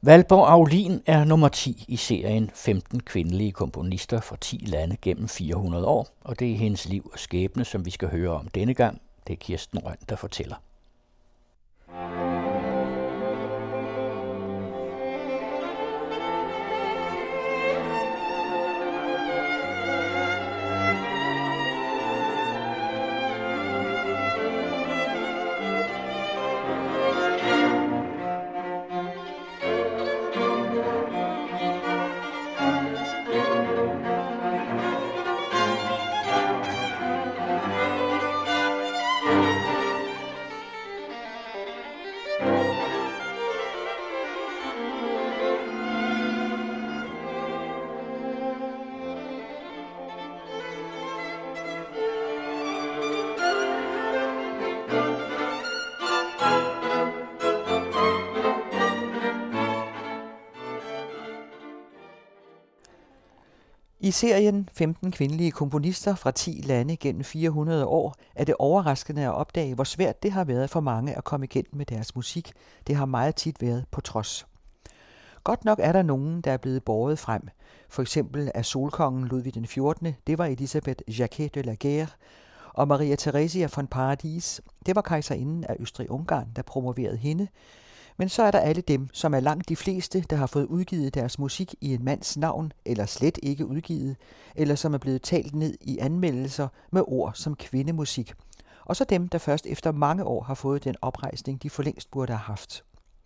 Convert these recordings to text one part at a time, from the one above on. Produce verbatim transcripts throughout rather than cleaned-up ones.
Valborg Aulin er nummer ti i serien femten kvindelige komponister fra ti lande gennem fire hundrede år, og det er hendes liv og skæbne, som vi skal høre om denne gang. Det er Kirsten Rønn, der fortæller. I serien femten kvindelige komponister fra ti lande gennem fire hundrede år er det overraskende at opdage, hvor svært det har været for mange at komme igennem med deres musik. Det har meget tit været på trods. Godt nok er der nogen, der er blevet båret frem. For eksempel af solkongen Ludvig den fjortende, det var Elisabeth Jacquet de la Guerre, og Maria Theresia von Paradis, det var kejserinden af Østrig-Ungarn, der promoverede hende. Men så er der alle dem, som er langt de fleste, der har fået udgivet deres musik i en mands navn, eller slet ikke udgivet, eller som er blevet talt ned i anmeldelser med ord som kvindemusik. Og så dem, der først efter mange år har fået den oprejsning, de for længst burde have haft.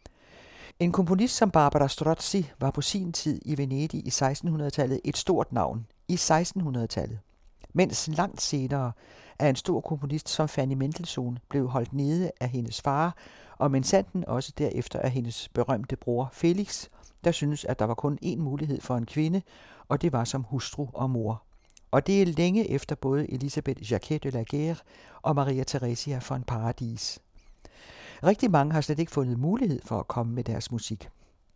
En komponist som Barbara Strozzi var på sin tid i Venedig i sekstenhundredetallet et stort navn, i sekstenhundredetallet. Mens langt senere er en stor komponist som Fanny Mendelssohn blev holdt nede af hendes far, og minsandten også derefter af hendes berømte bror Felix, der synes, at der var kun én mulighed for en kvinde, og det var som hustru og mor. Og det er længe efter både Elisabeth Jacquet de la Guerre og Maria Theresia von Paradis. Rigtig mange har slet ikke fundet mulighed for at komme med deres musik.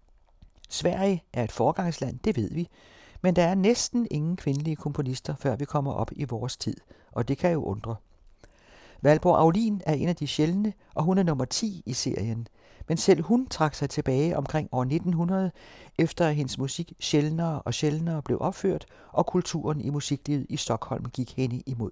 Sverige er et foregangsland, det ved vi, men der er næsten ingen kvindelige komponister, før vi kommer op i vores tid, og det kan jo undre. Valborg Aulin er en af de sjældne, og hun er nummer ti i serien. Men selv hun trak sig tilbage omkring år nitten hundrede, efter at hendes musik sjældnere og sjældnere blev opført, og kulturen i musiklivet i Stockholm gik hende imod.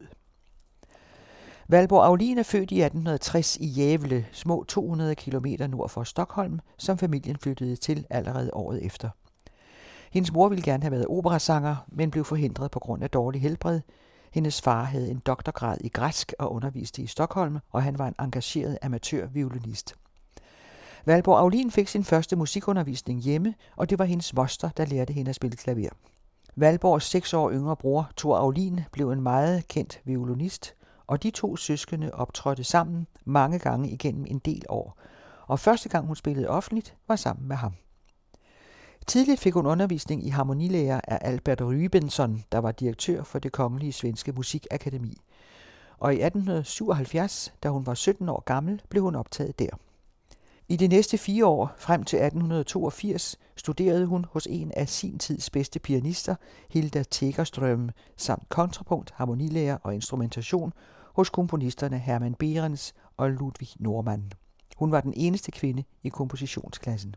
Valborg Aulin er født i atten tres i Gävle, små to hundrede kilometer nord for Stockholm, som familien flyttede til allerede året efter. Hendes mor ville gerne have været operasanger, men blev forhindret på grund af dårlig helbred. Hendes far havde en doktorgrad i græsk og underviste i Stockholm, og han var en engageret amatørviolinist. Valborg Aulin fik sin første musikundervisning hjemme, og det var hendes moster, der lærte hende at spille klaver. Valborgs seks år yngre bror, Thor Aulin, blev en meget kendt violinist, og de to søskende optrådte sammen mange gange igennem en del år, og første gang hun spillede offentligt var sammen med ham. Tidligt fik hun undervisning i harmonilære af Albert Rübenson, der var direktør for Det Kongelige Svenske Musikakademi. Og i atten syvoghalvfjerds, da hun var sytten år gammel, blev hun optaget der. I de næste fire år, frem til atten toogfirs, studerede hun hos en af sin tids bedste pianister, Hilda Tegerström, samt kontrapunkt, harmonilære og instrumentation hos komponisterne Hermann Behrens og Ludwig Normann. Hun var den eneste kvinde i kompositionsklassen.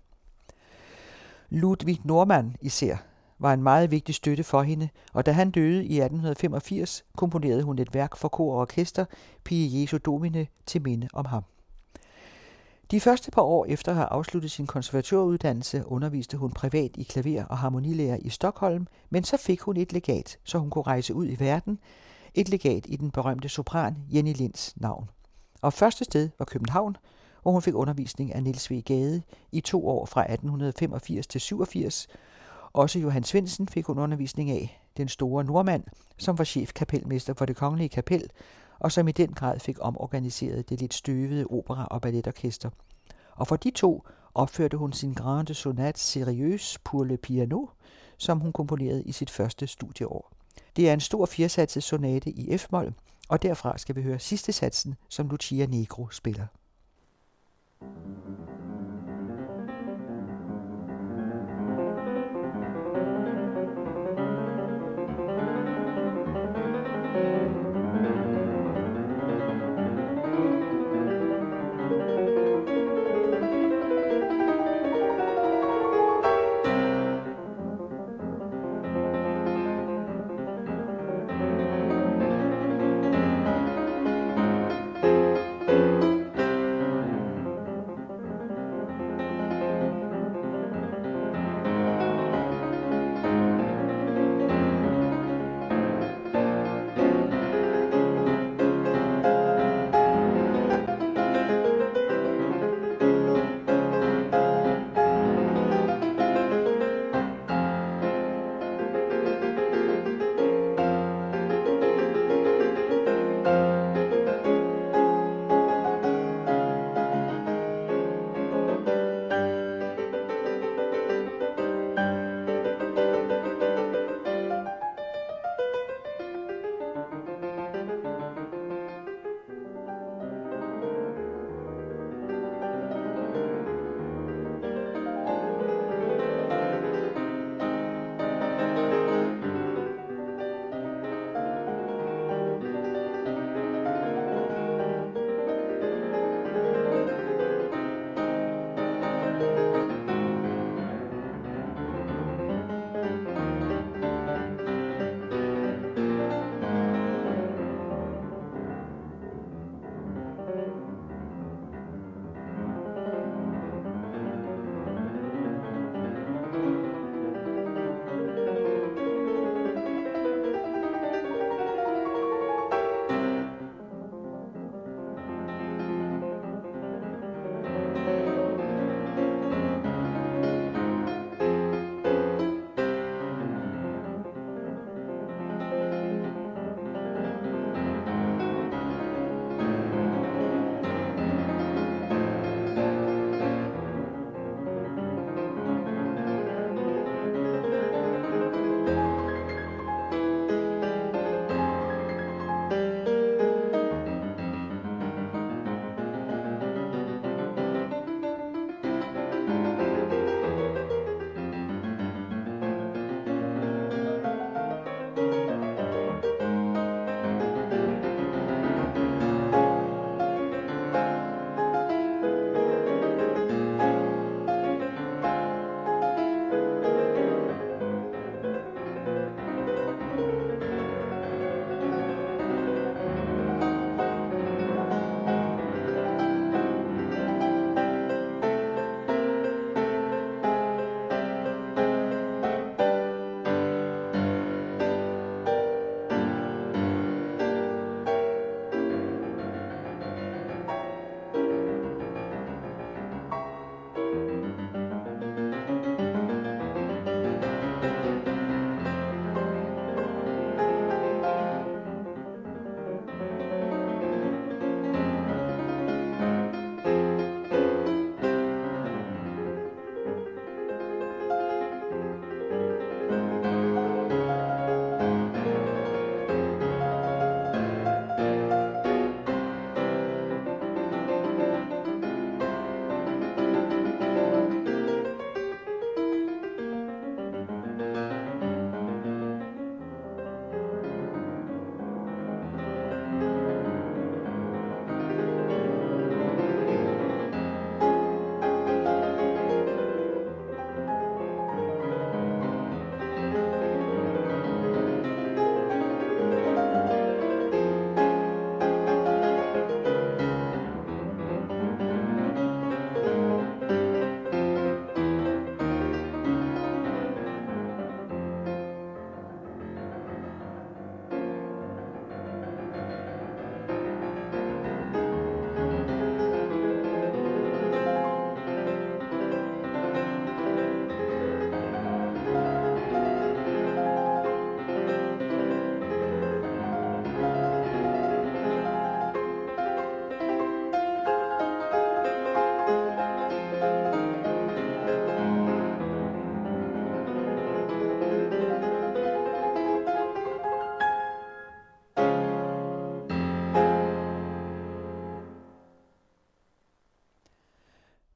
Ludwig Normann især var en meget vigtig støtte for hende, og da han døde i atten femogfirs, komponerede hun et værk for kor og orkester, Pie Jesu Domine, til minde om ham. De første par år efter at have afsluttet sin konservatoruddannelse, underviste hun privat i klaver og harmonilære i Stockholm, men så fik hun et legat, så hun kunne rejse ud i verden, et legat i den berømte sopran Jenny Linds navn. Og første sted var København, hvor hun fik undervisning af Niels W. Gade i to år fra atten femogfirs til syvogfirs. Også Johan Svendsen fik hun undervisning af, den store nordmand, som var chefkapelmester for Det Kongelige Kapel, og som i den grad fik omorganiseret det lidt støvede opera- og balletorkester. Og for de to opførte hun sin Grande Sonate Sérieuse pour le piano, som hun komponerede i sit første studieår. Det er en stor firsatset sonate i F-mol, og derfra skal vi høre sidste satsen, som Lucia Negro spiller.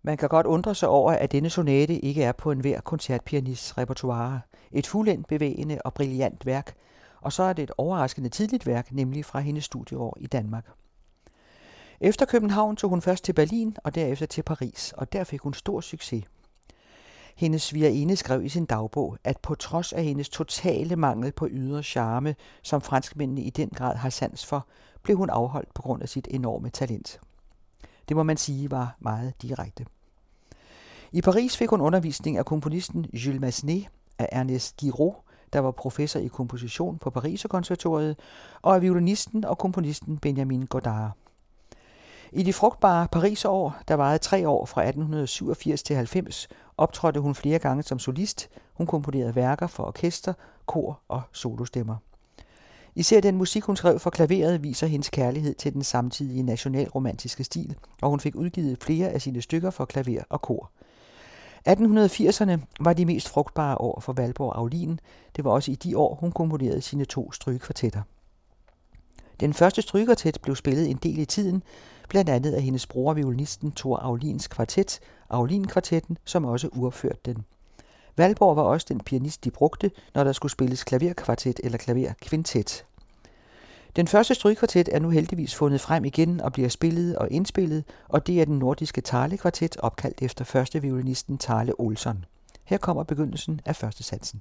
Man kan godt undre sig over, at denne sonate ikke er på enhver koncertpianists repertoire. Et fuldendt, bevægende og brillant værk, og så er det et overraskende tidligt værk, nemlig fra hendes studieår i Danmark. Efter København tog hun først til Berlin og derefter til Paris, og der fik hun stor succes. Hendes svigerinde skrev i sin dagbog, at på trods af hendes totale mangel på ydre charme, som franskmændene i den grad har sans for, blev hun afholdt på grund af sit enorme talent. Det må man sige var meget direkte. I Paris fik hun undervisning af komponisten Jules Massenet, af Ernest Guiraud, der var professor i komposition på Pariserkonservatoriet, og af violinisten og komponisten Benjamin Godard. I de frugtbare Parisår, der varede tre år fra atten syvogfirs til halvfems, optrådte hun flere gange som solist. Hun komponerede værker for orkester, kor og solostemmer. Især den musik, hun skrev for klaveret, viser hendes kærlighed til den samtidige nationalromantiske stil, og hun fik udgivet flere af sine stykker for klaver og kor. atten firserne var de mest frugtbare år for Valborg Aulin. Det var også i de år, hun komponerede sine to strygekvartetter. Den første strygekvartet blev spillet en del i tiden, blandt andet af hendes bror, violinisten Thor Aulins kvartet, Aulin-kvartetten, som også uopførte den. Valborg var også den pianist, de brugte, når der skulle spilles klaverkvartet eller klaverkvintet. Den første strygekvartet er nu heldigvis fundet frem igen og bliver spillet og indspillet, og det er den nordiske Thaale-kvartet, opkaldt efter første violinisten Thaale Olsson. Her kommer begyndelsen af første satsen.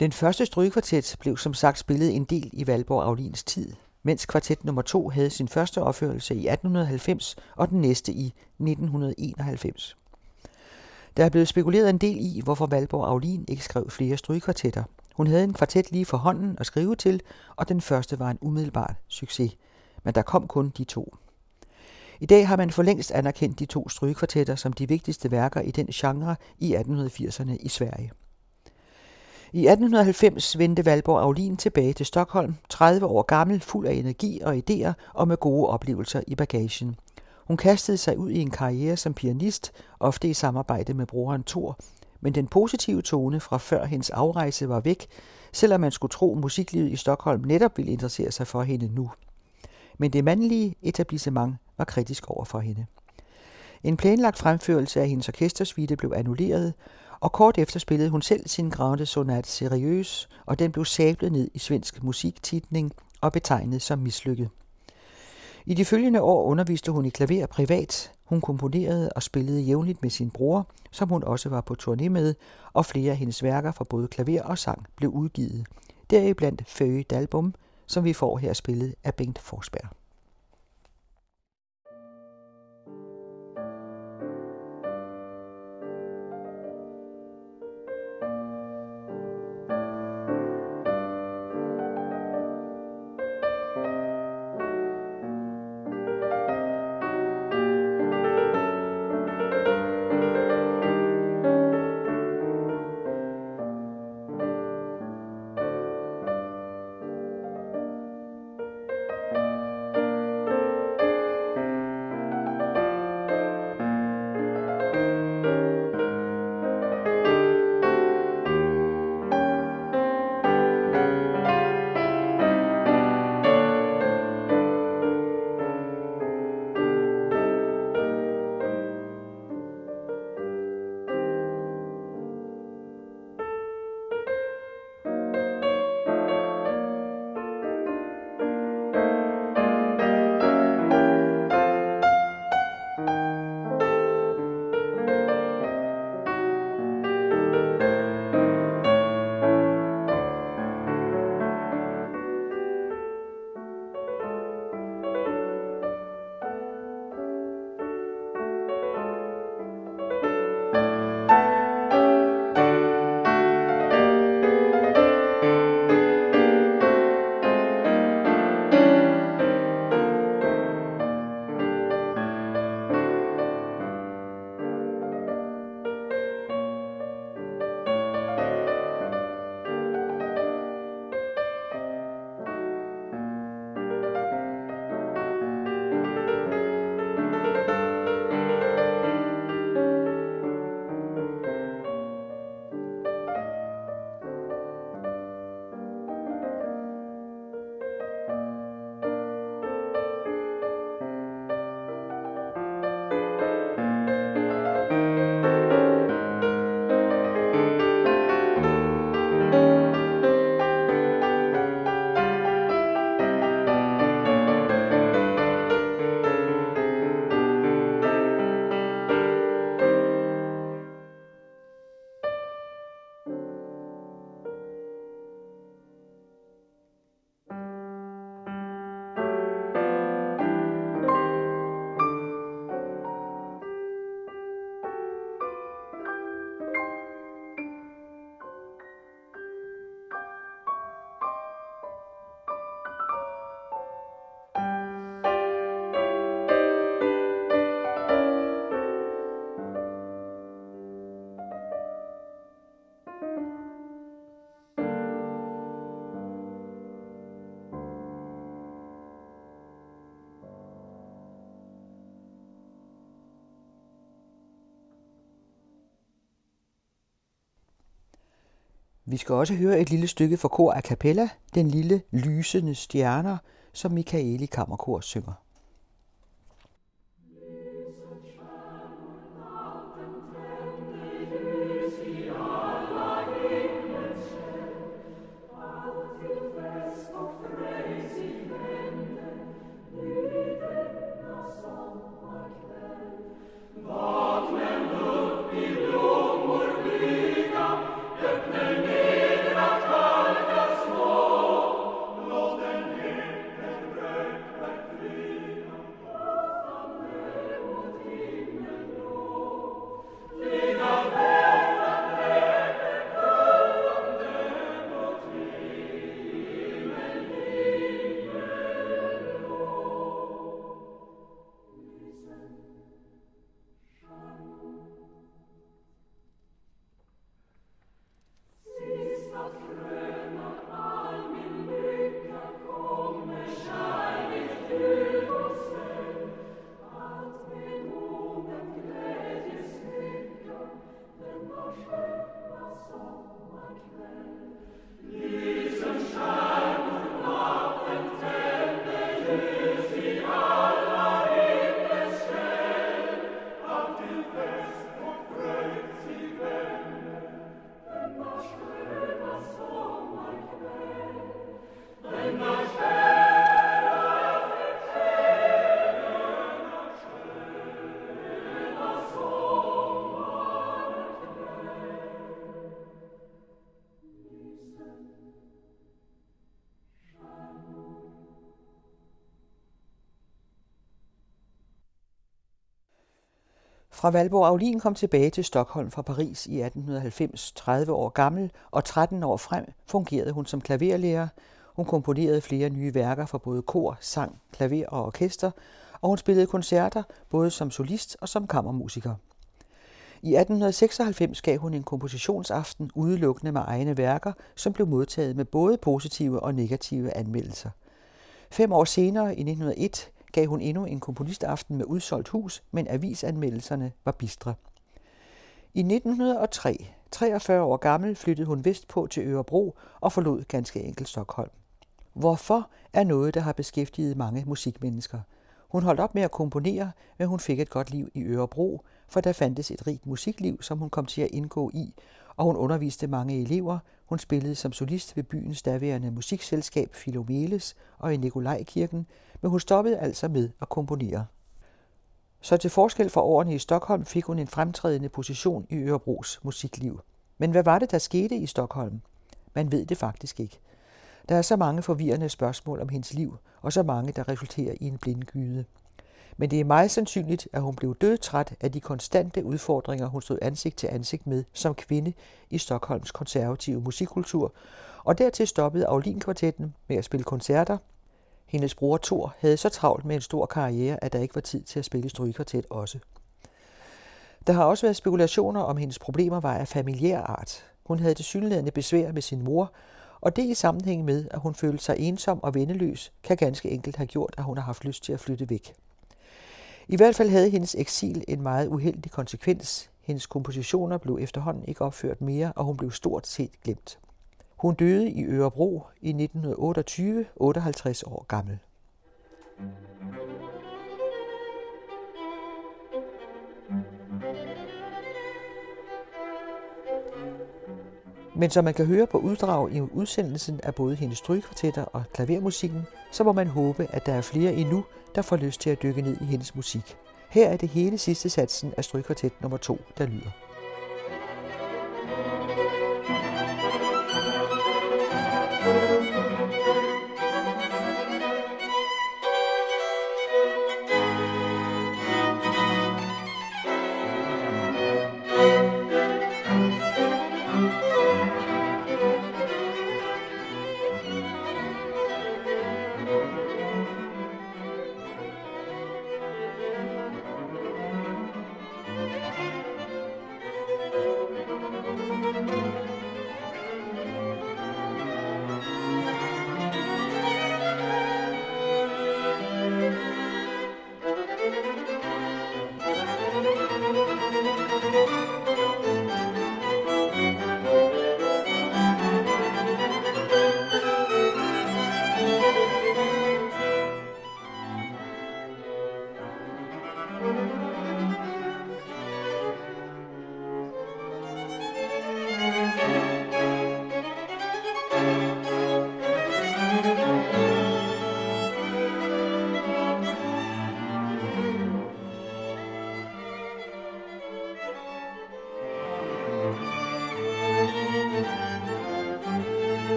Den første strygekvartet blev som sagt spillet en del i Valborg Aulins tid, mens kvartet nummer to havde sin første opførelse i atten halvfems og den næste i nitten enoghalvfems. Der er blevet spekuleret en del i, hvorfor Valborg Aulin ikke skrev flere strygekvartetter. Hun havde en kvartet lige for hånden at skrive til, og den første var en umiddelbar succes, men der kom kun de to. I dag har man for længst anerkendt de to strygekvartetter som de vigtigste værker i den genre i atten firserne i Sverige. I atten halvfems vendte Valborg Aulin tilbage til Stockholm, tredive år gammel, fuld af energi og idéer og med gode oplevelser i bagagen. Hun kastede sig ud i en karriere som pianist, ofte i samarbejde med broren Thor, men den positive tone fra før hendes afrejse var væk, selvom man skulle tro, musiklivet i Stockholm netop ville interessere sig for hende nu. Men det mandlige etablissement var kritisk over for hende. En planlagt fremførelse af hendes orkestersuite blev annulleret, og kort efter spillede hun selv sin Grande Sonate Sérieuse, og den blev sablet ned i svensk musiktitning og betegnet som mislykket. I de følgende år underviste hun i klaver privat. Hun komponerede og spillede jævnligt med sin bror, som hun også var på turné med, og flere af hendes værker for både klaver og sang blev udgivet. Deriblandt Føje d'Album, som vi får her spillet af Bengt Forsberg. Vi skal også høre et lille stykke fra kor a cappella, Den lille lysende stjerner, som Michaeli Kammerkor synger. Öppne ned att Fra Valborg Aulin kom tilbage til Stockholm fra Paris i atten halvfems, tredive år gammel, og tretten år frem fungerede hun som klaverlærer. Hun komponerede flere nye værker for både kor, sang, klaver og orkester, og hun spillede koncerter både som solist og som kammermusiker. I atten seksoghalvfems gav hun en kompositionsaften udelukkende med egne værker, som blev modtaget med både positive og negative anmeldelser. Fem år senere, i nitten hundrede og en, gav hun endnu en komponistaften med udsolgt hus, men avisanmeldelserne var bistre. I nitten hundrede og tre, treogfyrre år gammel, flyttede hun vestpå til Örebro og forlod ganske enkelt Stockholm. Hvorfor er noget, der har beskæftiget mange musikmennesker. Hun holdt op med at komponere, men hun fik et godt liv i Örebro, for der fandtes et rigt musikliv, som hun kom til at indgå i, og hun underviste mange elever. Hun spillede som solist ved byens daværende musikselskab Philomeles og i Nikolajkirken, men hun stoppede altså med at komponere. Så til forskel fra årene i Stockholm fik hun en fremtrædende position i Örebros musikliv. Men hvad var det, der skete i Stockholm? Man ved det faktisk ikke. Der er så mange forvirrende spørgsmål om hendes liv, og så mange, der resulterer i en blindgyde. Men det er meget sandsynligt, at hun blev dødtræt af de konstante udfordringer, hun stod ansigt til ansigt med som kvinde i Stockholms konservative musikkultur, og dertil stoppede Aulin-kvartetten med at spille koncerter. Hendes bror Thor havde så travlt med en stor karriere, at der ikke var tid til at spille strygekvartet også. Der har også været spekulationer om, hendes problemer var af familiær art. Hun havde tilsyneladende besvær med sin mor, og det i sammenhæng med, at hun følte sig ensom og venneløs, kan ganske enkelt have gjort, at hun har haft lyst til at flytte væk. I hvert fald havde hendes eksil en meget uheldig konsekvens. Hendes kompositioner blev efterhånden ikke opført mere, og hun blev stort set glemt. Hun døde i Örebro i nitten otteogtyve, otteoghalvtreds år gammel. Men som man kan høre på uddrag i udsendelsen af både hendes strygekvartetter og klavermusikken, så må man håbe, at der er flere endnu, der får lyst til at dykke ned i hendes musik. Her er det hele sidste satsen af strygekvartet nummer to, der lyder.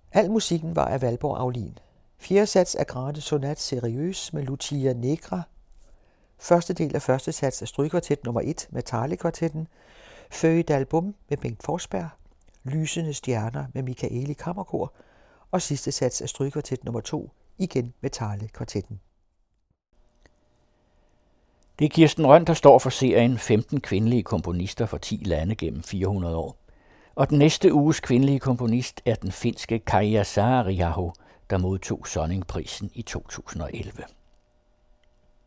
Al musikken var af Valborg Aulin. Fjerde sats af Grande Sonate Sérieuse med Lucia Negra. Første del af første sats af Strygekvartet nummer et med Tharle-kvartetten. Feuille d'album med Bengt Forsberg. Lysende stjerner med Michaeli Kammerkor. Og sidste sats af Strygekvartet nummer to, igen med Tharle-kvartetten. Det er Kirsten Rønn, der står for serien femten kvindelige komponister fra ti lande gennem fire hundrede år. Og den næste uges kvindelige komponist er den finske Kaija Saariaho, der modtog Sonningprisen i to tusind og elleve.